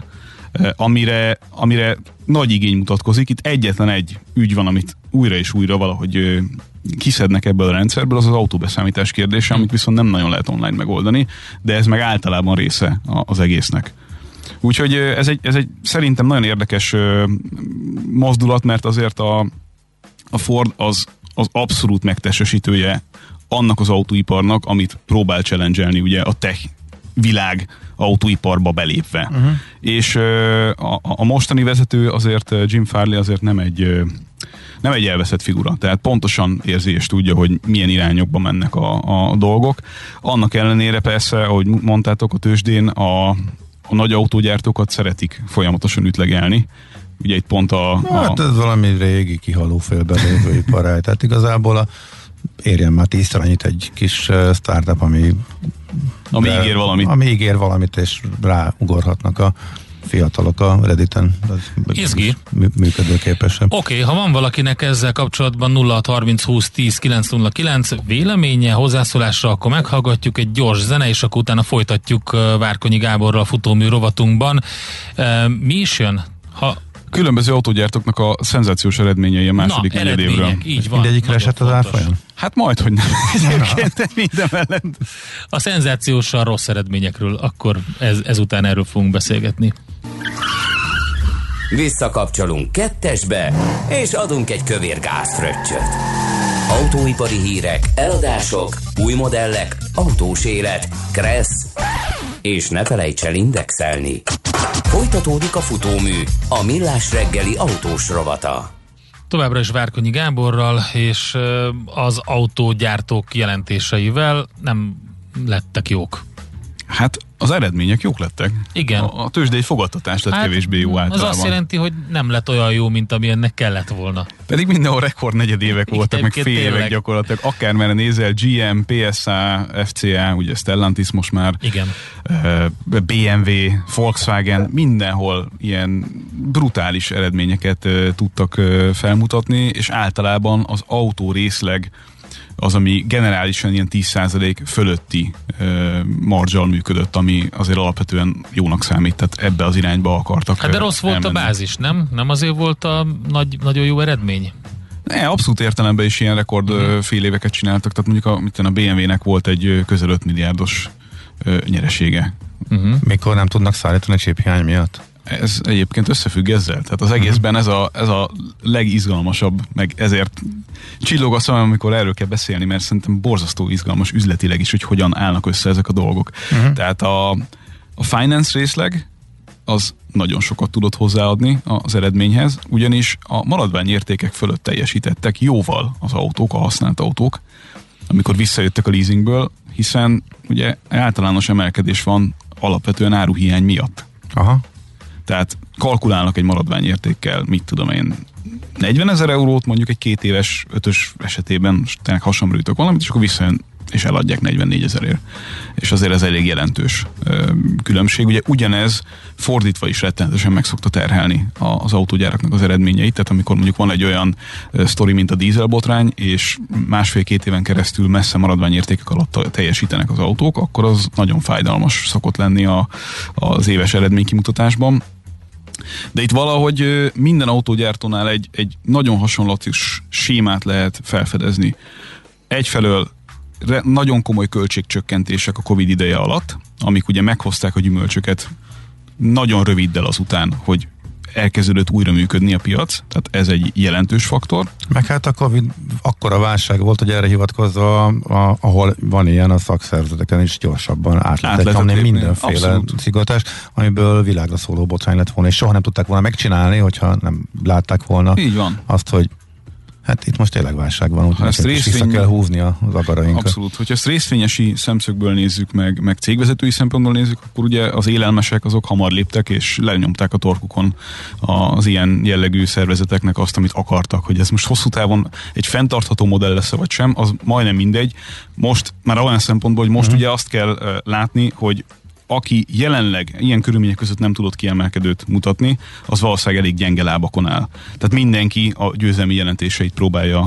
amire nagy igény mutatkozik. Itt egyetlen egy ügy van, amit újra és újra valahogy kiszednek ebből a rendszerből, az autóbeszámítás kérdése, amit viszont nem nagyon lehet online megoldani, de ez meg általában része az egésznek. Úgyhogy ez egy szerintem nagyon érdekes mozdulat, mert azért a Ford az abszolút megtestesítője annak az autóiparnak, amit próbál challenge-elni ugye a tech világ autóiparba belépve. És a mostani vezető azért, Jim Farley azért nem egy elveszett figura, tehát pontosan érzi és tudja, hogy milyen irányokba mennek a dolgok. Annak ellenére persze, ahogy mondtátok, a tőzsdén a nagy autógyártókat szeretik folyamatosan ütlegelni. Ugye itt pont Hát ez valami régi kihaló félbe lévő iparág. Tehát igazából érjen már 10-szer annyit egy kis startup, ami ígér valamit, és ráugorhatnak a fiatalok a Redditen. Izgi. Működőképesen. Oké, ha van valakinek ezzel kapcsolatban 0630 20 10 909 véleménye, hozzászólásra, akkor meghallgatjuk egy gyors zene, és akkor utána folytatjuk Várkonyi Gáborral a futómű rovatunkban. Mi is jön? Különböző autógyártóknak a szenzációs eredményei a második negyedévről. Így van. Mindegyikre esett az árfolyam? Hát majd, hogy nem. Egyébként minden mellett. A szenzációsan rossz eredményekről, akkor ezután erről fogunk beszélgetni. Visszakapcsolunk kettesbe, és adunk egy kövér gázfröccsöt. Autóipari hírek, eladások, új modellek, autós élet, kressz, és ne felejts el indexelni. Folytatódik a futómű, a millás reggeli autós rovata. Továbbra is Várkonyi Gáborral, és az autógyártók jelentéseivel nem lettek jók. Hát az eredmények jók lettek. Igen. A tőzsdei fogadtatás lett kevésbé jó általában. Az azt jelenti, hogy nem lett olyan jó, mint amilyennek kellett volna. Pedig mindenhol rekord negyedévek voltak, meg fél évek gyakorlatilag. Akármerre nézel, GM, PSA, FCA, ugye Stellantis most már, igen. BMW, Volkswagen, mindenhol ilyen brutális eredményeket tudtak felmutatni, és általában az autó részleg az, ami generálisan ilyen 10% fölötti marzsal működött, ami azért alapvetően jónak számít, tehát ebbe az irányba akartak. Hát de rossz volt elmenni. A bázis, nem? Nem azért volt a nagyon jó eredmény? Ne, abszolút értelemben is ilyen rekord fél éveket csináltak, tehát mondjuk a BMW-nek volt egy közel 5 milliárdos nyeresége. Mikor nem tudnak szállítani csiphiány miatt? Ez egyébként összefügg ezzel. Tehát az egészben ez a legizgalmasabb, meg ezért csillog a szemem, amikor erről kell beszélni, mert szerintem borzasztó izgalmas üzletileg is, hogy hogyan állnak össze ezek a dolgok. Tehát a finance részleg az nagyon sokat tudott hozzáadni az eredményhez, ugyanis a maradványértékek fölött teljesítettek jóval az autók, a használt autók, amikor visszajöttek a leasingből, hiszen ugye általános emelkedés van alapvetően áruhiány miatt. Aha. Tehát kalkulálnak egy maradványértékkel, mit tudom én, 40 000 eurót, mondjuk egy 2 éves 5-ös esetében, most tényleg hasamra ütök valamit, és akkor visszajön és eladják 44 000-ért. És azért ez elég jelentős különbség. Ugye ugyanez fordítva is rettenetesen meg szokta terhelni az autógyáraknak az eredményeit, tehát amikor mondjuk van egy olyan sztori, mint a dízelbotrány, és 1,5-2 éven keresztül messze maradványértékek alatt teljesítenek az autók, akkor az nagyon fájdalmas szokott lenni az éves eredménykimutatásban. De itt valahogy minden autógyártónál egy nagyon hasonlatos sémát lehet felfedezni. Egyfelől nagyon komoly költségcsökkentések a Covid ideje alatt, amik ugye meghozták a gyümölcsöket nagyon röviddel azután, hogy elkezdődött újra működni a piac, tehát ez egy jelentős faktor. Meg hát a Covid akkora válság volt, hogy erre hivatkozva, ahol van ilyen, a szakszervezeteken is gyorsabban át lehet nyomni mindenféle szigorítás, amiből világra szóló botrány lett volna, és soha nem tudták volna megcsinálni, hogyha nem látták volna azt, hogy hát itt most tényleg válság van, úgyhogy vissza kell húzni az agarainkat. Abszolút. Hogyha ezt részvényesi szemszögből nézzük, meg cégvezetői szempontból nézzük, akkor ugye az élelmesek azok hamar léptek, és lenyomták a torkukon az ilyen jellegű szervezeteknek azt, amit akartak, hogy ez most hosszú távon egy fenntartható modell lesz, vagy sem, az majdnem mindegy. Most már olyan szempontból, hogy most ugye azt kell látni, hogy aki jelenleg ilyen körülmények között nem tudott kiemelkedőt mutatni, az valószínűleg elég gyenge lábakon áll. Tehát mindenki a győzelmi jelentéseit próbálja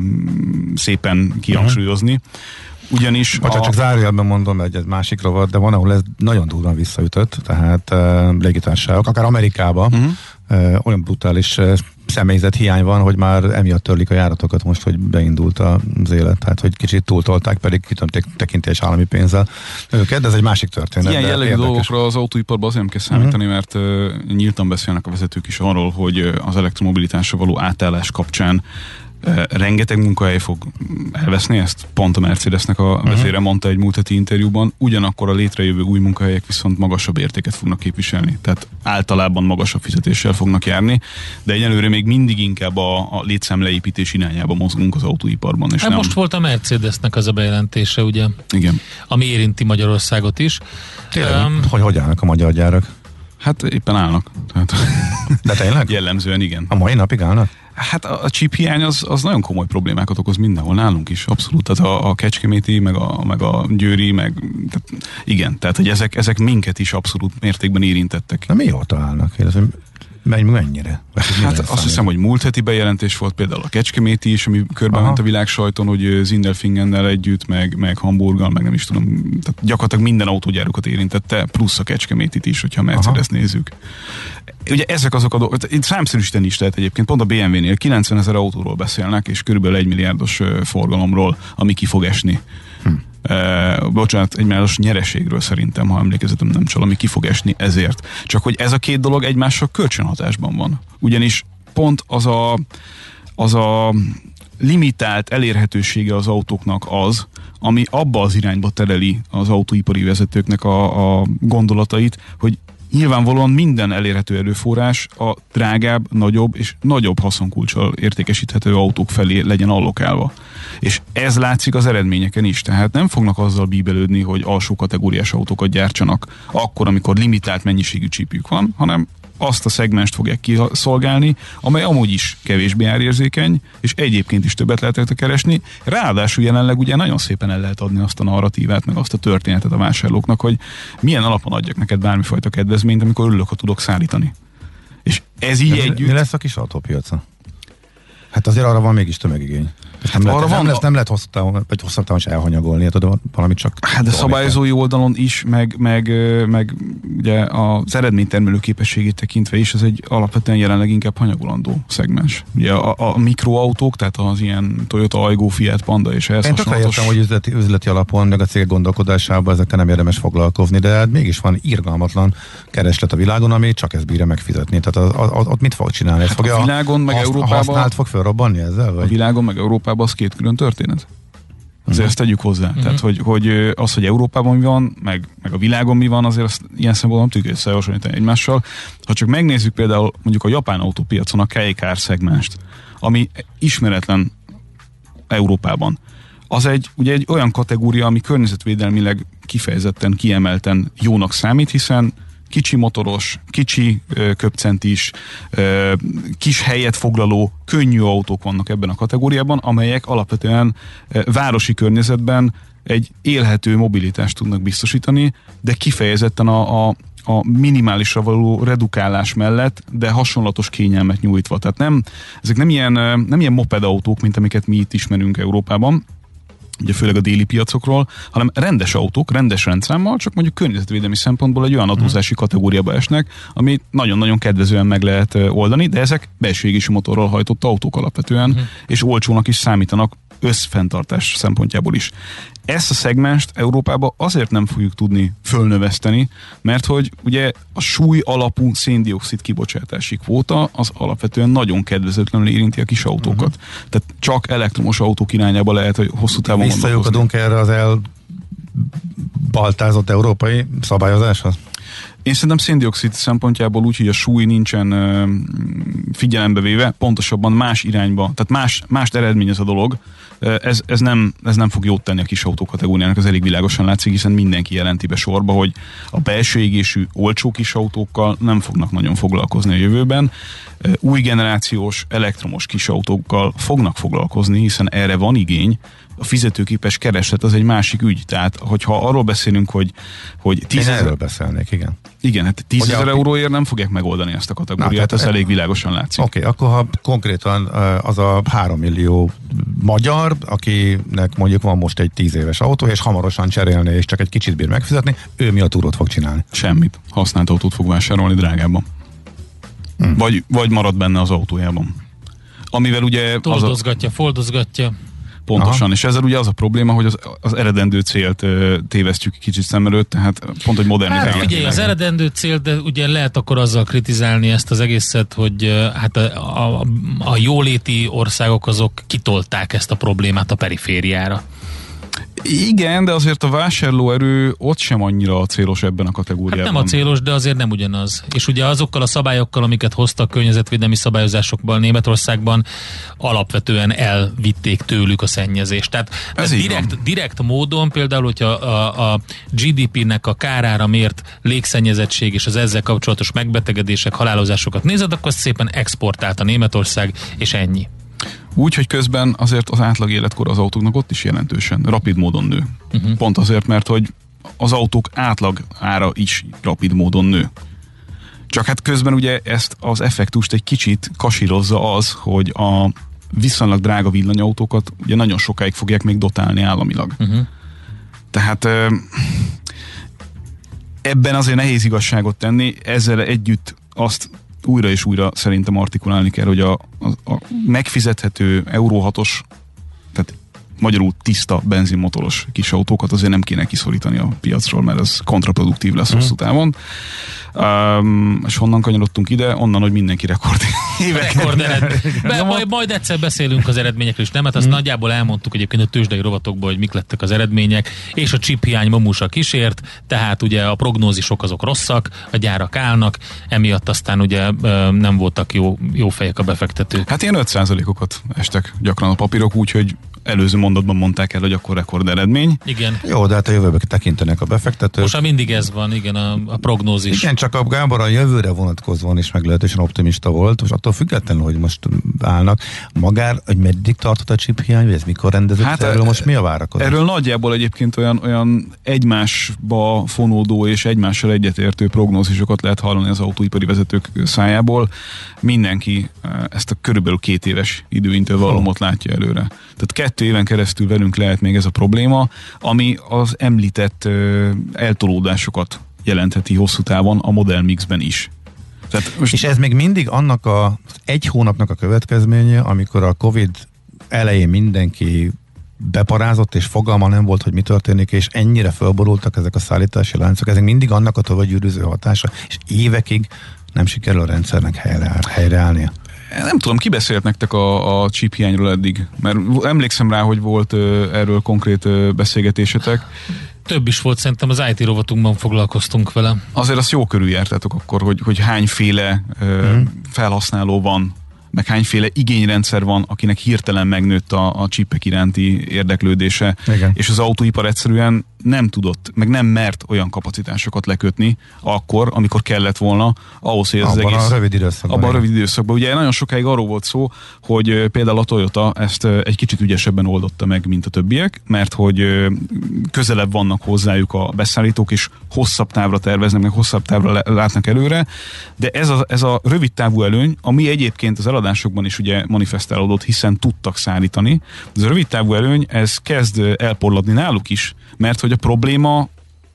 szépen kihangsúlyozni. Ugyanis csak zárójelben mondom, egy másik rovat, de van, ahol ez nagyon durván visszaütött, tehát légitársaságok, akár Amerikában olyan brutális személyzet hiány van, hogy már emiatt törlik a járatokat most, hogy beindult az élet. Tehát, hogy kicsit túltolták, pedig kitömték tekintélyes állami pénzzel őket, de ez egy másik történet. Ilyen jellegű dolgokra az autóiparban azért nem kell számítani, mert nyíltan beszélnek a vezetők is arról, hogy az elektromobilitásra való átállás kapcsán rengeteg munkahely fog elveszni, ezt pont a Mercedesnek a vezére mondta egy múlt heti interjúban, ugyanakkor a létrejövő új munkahelyek viszont magasabb értéket fognak képviselni, tehát általában magasabb fizetéssel fognak járni, de egyelőre még mindig inkább a létszám leépítés irányába mozgunk az autóiparban. És nem... Most volt a Mercedesnek az a bejelentése, ugye? Igen. Ami érinti Magyarországot is. Tényleg, hogy állnak a magyar gyárak? Hát éppen állnak. De tényleg? Jellemzően igen. A mai napig állnak? Hát a chip hiány az nagyon komoly problémákat okoz mindenhol, nálunk is, abszolút. Tehát a kecskeméti, meg a győri, tehát hogy ezek minket is abszolút mértékben érintettek. De mióta állnak? Mennyire? Hát azt hiszem, hogy múlt heti bejelentés volt például a kecskeméti is, ami körben ment a világ sajton, hogy Sindelfingennel együtt, meg Hamburggal, meg nem is tudom, tehát gyakorlatilag minden autógyárukat érintette, plusz a kecskemétit is, hogyha a Mercedes nézzük. Ugye ezek azok a dolgok, számszerűsíteni is lehet egyébként, pont a BMW-nél 90 000 autóról beszélnek, és körülbelül 1 milliárdos forgalomról, ami ki fog esni. Bocsánat, 1 milliárdos nyereségről szerintem, ha emlékezetem nem csal, ami ki fog esni ezért. Csak hogy ez a két dolog egymással kölcsönhatásban van. Ugyanis pont az a limitált elérhetősége az autóknak az, ami abba az irányba tereli az autóipari vezetőknek a gondolatait, hogy nyilvánvalóan minden elérhető erőforrás a drágább, nagyobb és nagyobb haszonkulccsal értékesíthető autók felé legyen allokálva. És ez látszik az eredményeken is, tehát nem fognak azzal bíbelődni, hogy alsó kategóriás autókat gyártsanak akkor, amikor limitált mennyiségű csípjük van, hanem azt a szegmenst fogják kiszolgálni, amely amúgy is kevésbé árérzékeny, és egyébként is többet lehet keresni. Ráadásul jelenleg ugye nagyon szépen el lehet adni azt a narratívát, meg azt a történetet a vásárlóknak, hogy milyen alapon adjak neked bármifajta kedvezményt, amikor örülök, ha tudok szállítani. És ez így együtt... Mi lesz a kis autópiaca? Hát azért arra van mégis tömegigény. Hát nem lehet hosszú távon is elhanyagolni, tudom, valamit csak... Hát de szabályozói oldalon is, meg ugye az eredménytermelő képességét tekintve is, ez egy alapvetően jelenleg inkább hanyagolandó szegmens. Ugye a mikroautók, tehát az ilyen Toyota Aygo, Fiat Panda és ehhez hasonlatos... Én tökre értem, hogy üzleti alapon, meg a cég gondolkodásában ezekkel nem érdemes foglalkozni, de mégis van irgalmatlan kereslet a világon, ami csak ezt bírja megfizetni. Tehát ott mit fog csinálni? Hát a világon, meg Európában... használt fog fölrobbanni ezzel? Vagy? A világon, meg Európában az két külön történet. Azért ezt tegyük hozzá. Tehát, hogy az, hogy Európában mi van, meg a világon mi van, azért azt ilyen szempontból nem tudjuk összehasonlítani egymással. Ha csak megnézzük például mondjuk a japán autópiacon a Kei-Car szegmenst, ami ismeretlen Európában. Az ugye egy olyan kategória, ami környezetvédelmileg kifejezetten, kiemelten jónak számít, hiszen kicsi motoros, kicsi köpcentis, kis helyet foglaló, könnyű autók vannak ebben a kategóriában, amelyek alapvetően városi környezetben egy élhető mobilitást tudnak biztosítani, de kifejezetten a minimálisra való redukálás mellett, de hasonlatos kényelmet nyújtva. Tehát ezek nem ilyen mopedautók, mint amiket mi itt ismerünk Európában, ugye főleg a déli piacokról, hanem rendes autók, rendes rendszámmal, csak mondjuk környezetvédelmi szempontból egy olyan adózási kategóriába esnek, ami nagyon-nagyon kedvezően meg lehet oldani, de ezek belső égésű motorral hajtott autók alapvetően, és olcsónak is számítanak összfenntartás szempontjából is. Ezt a szegmenst Európában azért nem fogjuk tudni fölnöveszteni, mert hogy ugye a súly alapú szén-dioxid kibocsátási kvóta az alapvetően nagyon kedvezőtlenül érinti a kis autókat. Tehát csak elektromos autók irányába lehet, hogy hosszú távon visszajukadunk erre az elbaltázott európai szabályozáshoz? Én szerintem szén-dioxid szempontjából úgy, hogy a súly nincsen figyelembe véve, pontosabban más irányba, tehát mást eredményez a dolog, ez nem fog jót tenni a kis autó kategóriának, az elég világosan látszik, hiszen mindenki jelenti be sorba, hogy a belső égésű, olcsó kis autókkal nem fognak nagyon foglalkozni a jövőben. Új generációs elektromos kis autókkal fognak foglalkozni, hiszen erre van igény. A fizetőképes kereslet az egy másik ügy. Tehát, hogyha arról beszélünk, hogy 10 000... Én erről beszélnék, igen. Igen, hát 10 000 euróért nem fogják megoldani ezt a kategóriát, ez elég világosan látszik. Oké, akkor ha konkrétan az a 3 millió magyar, akinek mondjuk van most egy 10 éves autó, és hamarosan cserélni, és csak egy kicsit bír megfizetni, ő mi a túrót fog csinálni? Semmit. Használt autót fog vásárolni drágábban. Vagy marad benne az autójában. Amivel ugye... Foldozgatja. Pontosan, aha. És ezzel ugye az a probléma, hogy az eredendő célt tévesztjük kicsit szem előtt, tehát pont, hogy modernizálni. Hát figyelj, az eredendő cél, de ugye lehet akkor azzal kritizálni ezt az egészet, hogy hát a jóléti országok azok kitolták ezt a problémát a perifériára. Igen, de azért a vásárlóerő ott sem annyira célos ebben a kategóriában. Hát nem a célos, de azért nem ugyanaz. És ugye azokkal a szabályokkal, amiket hoztak környezetvédelmi szabályozásokban Németországban, alapvetően elvitték tőlük a szennyezést. Tehát direkt módon, például, hogyha a GDP-nek a kárára mért légszennyezettség és az ezzel kapcsolatos megbetegedések, halálozásokat nézed, akkor szépen exportálta Németország, és ennyi. Úgy, hogy közben azért az átlag életkor az autóknak ott is jelentősen, rapid módon nő. Pont azért, mert hogy az autók átlag ára is rapid módon nő. Csak hát közben ugye ezt az effektust egy kicsit kasírozza az, hogy a viszonylag drága villanyautókat ugye nagyon sokáig fogják még dotálni államilag. Tehát ebben azért nehéz igazságot tenni, ezzel együtt azt újra és újra szerintem artikulálni kell, hogy a megfizethető Euro 6-os, tehát magyarul tiszta benzinmotoros kis autókat azért nem kéne kiszorítani a piacról, mert ez kontraproduktív lesz hosszú távon. És honnan kanyarodtunk ide? Onnan, hogy mindenki rekord majd egyszer beszélünk az eredményekről is, nem? Hát azt nagyjából elmondtuk egyébként a tőzsdei rovatokban, hogy mik lettek az eredmények, és a chip hiány mamusa kísért, tehát ugye a prognózisok azok rosszak, a gyárak állnak, emiatt aztán ugye nem voltak jó fejek a befektetők. Hát ilyen 5%-okat estek gyakran a papírok, úgyhogy előző mondatban mondták el, hogy akkor rekord eredmény. Igen. Jó, de hát a jövőbe tekintenek a befektetők. Most már mindig ez van, igen, a prognózis. Igen, csak a Gábor a jövőre vonatkozóan is meglehetősen optimista volt, most attól függetlenül, hogy most állnak. Magár, hogy meddig tartott a chip hiány, vagy ez mikor rendezett? Hát erről most mi a várakozás? Erről nagyjából egyébként olyan egymásba fonódó és egymással egyetértő prognózisokat lehet hallani az autóipari vezetők szájából. Mindenki ezt a körülbelül 2 éves időintervallumot látja előre. Tehát 2 éven keresztül velünk lehet még ez a probléma, ami az említett eltolódásokat jelentheti hosszú távon a modell mixben is. Tehát most... És ez még mindig annak az 1 hónapnak a következménye, amikor a Covid elején mindenki beparázott, és fogalma nem volt, hogy mi történik, és ennyire fölborultak ezek a szállítási láncok. Ez mindig annak a továbbgyűrűző hatása, és évekig nem sikerül a rendszernek helyreállnia. Nem tudom, ki beszélt nektek a chip hiányról eddig? Mert emlékszem rá, hogy volt erről konkrét beszélgetésetek. Több is volt, szerintem az IT rovatunkban foglalkoztunk vele. Azért azt jó körüljártátok akkor, hogy hányféle felhasználó van, meg hányféle igényrendszer van, akinek hirtelen megnőtt a chipek iránti érdeklődése. Igen. És az autóipar egyszerűen nem tudott, meg nem mert olyan kapacitásokat lekötni akkor, amikor kellett volna, ahhoz, hogy ez az egész... Abban a rövid időszakban. Abban a rövid időszakban. Ugye nagyon sokáig arról volt szó, hogy például a Toyota ezt egy kicsit ügyesebben oldotta meg, mint a többiek, mert hogy közelebb vannak hozzájuk a beszállítók, és hosszabb távra terveznek, meg hosszabb távra látnak előre, de ez a rövid távú előny, ami egyébként az eladásokban is ugye manifestálódott, hiszen tudtak szállítani, ez a rövid távú előny, ez kezd elporladni náluk is, mert hogy a probléma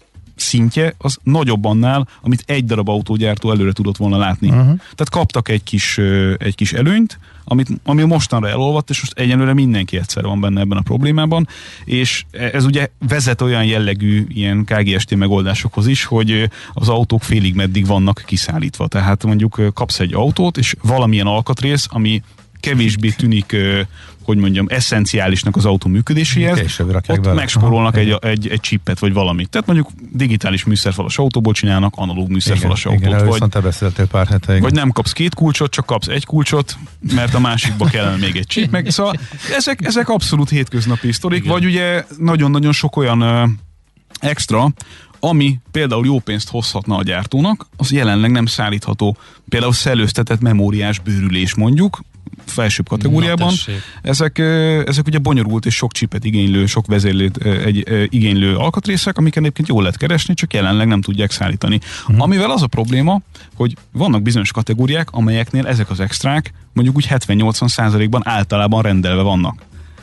szintje az nagyobb annál, amit egy darab autógyártó előre tudott volna látni. Tehát kaptak egy kis előnyt, ami mostanra elolvadt, és most egyenlőre mindenki egyszer van benne ebben a problémában, és ez ugye vezet olyan jellegű ilyen KGST megoldásokhoz is, hogy az autók félig meddig vannak kiszállítva. Tehát mondjuk kapsz egy autót, és valamilyen alkatrész, ami kevésbé tűnik, hogy mondjam, eszenciálisnak az autó működéséhez, ott megspórolnak egy chipet, vagy valamit. Tehát mondjuk digitális műszerfalas autóból csinálnak analóg műszerfalas autót. Igen, viszont te beszéltél pár hete. Vagy nem kapsz 2 kulcsot, csak kapsz egy kulcsot, mert a másikba kellene még egy chip. Meg, szóval ezek abszolút hétköznapi sztorik, igen. Vagy ugye nagyon-nagyon sok olyan extra, ami például jó pénzt hozhatna a gyártónak, az jelenleg nem szállítható. Például szellőztetett memóriás bőrülés mondjuk, felsőbb kategóriában. Ezek ugye bonyolult és sok csipet igénylő, sok vezérlét igénylő alkatrészek, amiket egyébként jól lehet keresni, csak jelenleg nem tudják szállítani. Amivel az a probléma, hogy vannak bizonyos kategóriák, amelyeknél ezek az extrák mondjuk úgy 70-80%-ban általában rendelve vannak.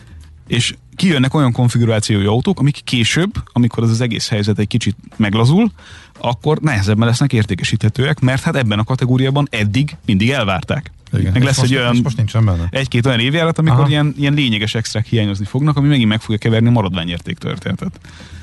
És kijönnek olyan konfigurációi autók, amik később, amikor az egész helyzet egy kicsit meglazul, akkor nehezebben lesznek értékesíthetőek, mert hát ebben a kategóriában eddig mindig elvárták. Igen. Meg lesz egy olyan egy-két olyan évjárat, amikor ilyen lényeges extrák hiányozni fognak, ami megint meg fogja keverni a maradványérték történetet.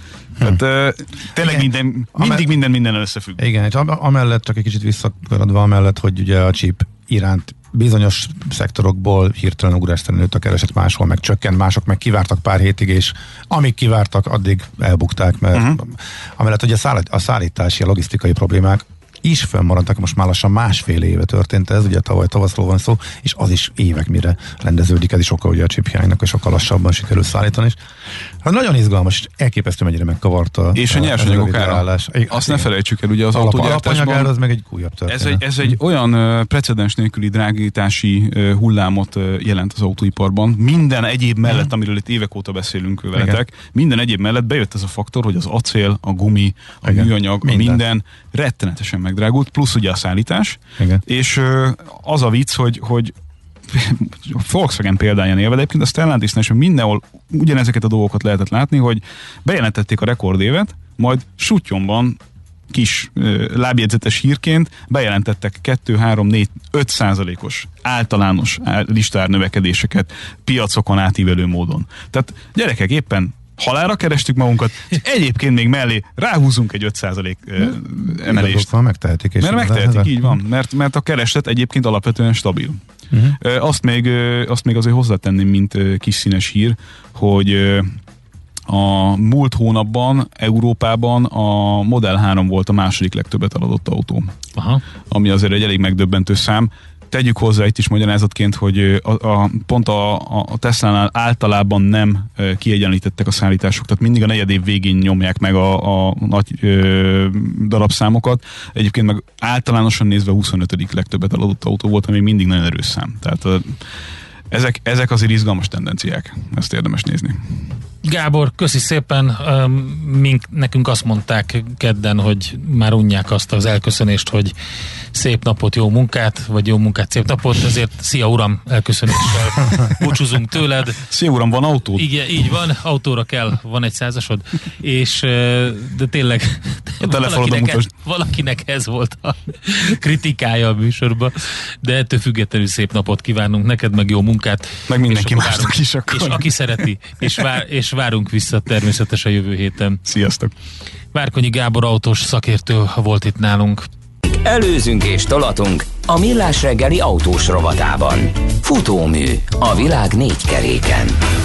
Tehát tényleg minden összefügg. Igen, és amellett csak egy kicsit visszakaradva, amellett, hogy ugye a chip iránt bizonyos szektorokból hirtelen ugrásszerűen nőtt a kereset, máshol meg csökkent, mások meg kivártak pár hétig, és amíg kivártak, addig elbukták, mert amellett ugye a szállítási, a logisztikai problémák is fönnmaradtak, most már lassan 1,5 éve történt ez, ugye tavaly tavaszról van szó, és az is évek mire rendeződik, ez is sokkal ugye a chip hiánynak, és sokkal lassabban sikerül szállítani is. Hát nagyon izgalmas, elképesztő mennyire megkavarta. És a nyersanyagok ára. Azt ne felejtsük el, ugye az autógyártásban. Az meg egy újabb történet. Ez egy olyan precedens nélküli drágítási hullámot jelent az autóiparban. Minden egyéb mellett, amiről itt évek óta beszélünk veletek, minden egyéb mellett bejött ez a faktor, hogy az acél, a gumi, a műanyag, minden rettenetesen megdrágult, plusz ugye a szállítás. Igen. És az a vicc, hogy Volkswagen példáján élve, de egyébként a Stellantisnál is mindenhol ugyanezeket a dolgokat lehetett látni, hogy bejelentették a rekordévet, majd suttyomban kis lábjegyzetes hírként bejelentettek 2-3-4-5%-os általános listárnövekedéseket piacokon átívelő módon. Tehát gyerekek, éppen halálra kerestük magunkat, egyébként még mellé ráhúzunk egy 5% emelést. Megtehetik. Mert megtehetik, így van. Mert a kereslet egyébként alapvetően stabil. Azt még azért hozzátenném, mint kis színes hír, hogy a múlt hónapban Európában a Model 3 volt a második legtöbbet eladott autó. Aha. Ami azért egy elég megdöbbentő szám. Tegyük hozzá itt is magyarázatként, hogy pont a Teslánál általában nem kiegyenlítettek a szállítások, tehát mindig a negyedév végén nyomják meg a nagy darabszámokat. Egyébként meg általánosan nézve 25. legtöbbet eladott autó volt, ami mindig nagyon erős szám. Tehát ezek azért izgalmas tendenciák, ezt érdemes nézni. Gábor, köszi szépen. Nekünk azt mondták kedden, hogy már unják azt az elköszönést, hogy szép napot, jó munkát, vagy jó munkát, szép napot, ezért szia uram, elköszönéssel búcsúzunk tőled. Szia uram, van autó? Igen, így van, autóra kell, van egy 100-asod, és de tényleg valakinek ez volt a kritikája a műsorban, de ettől függetlenül szép napot kívánunk neked, meg jó munkát. Meg mindenki másnak is akkor. És aki szereti, és várunk vissza természetesen jövő héten. Sziasztok! Várkonyi Gábor autós szakértő volt itt nálunk. Előzünk és tolatunk a Millás reggeli autós rovatában. Futómű a világ 4 keréken.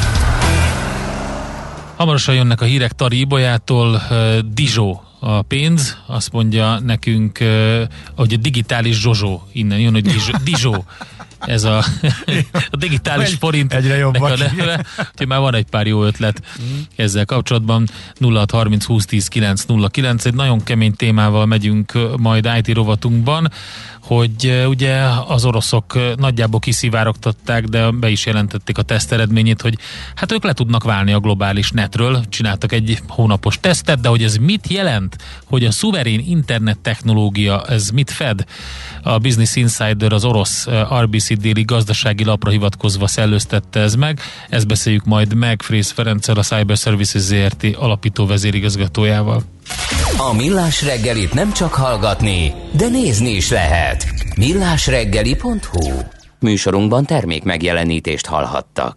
Hamarosan jönnek a hírek Tari Ibolyától. Dizsó a pénz, azt mondja nekünk, hogy a digitális Zsozsó, innen jön, hogy Dizsó. Ez a digitális forint. Egyre jobb. Úgyhogy már van egy pár jó ötlet ezzel kapcsolatban. 0630 2010 909. Egy nagyon kemény témával megyünk majd IT rovatunkban, hogy ugye az oroszok nagyjából kiszivárogtatták, de be is jelentették a teszt eredményét, hogy hát ők le tudnak válni a globális netről, csináltak egy hónapos tesztet, de hogy ez mit jelent, hogy a szuverén internet technológia, ez mit fed? A Business Insider, az orosz RBC déli gazdasági lapra hivatkozva szellőztette ez meg. Ezt beszéljük majd meg Frész Ferenccel, a Cyber Services ZRT alapító vezérigazgatójával. A Millás reggelit nem csak hallgatni, de nézni is lehet. millásreggeli.hu. Műsorunkban termék megjelenítést hallhattak.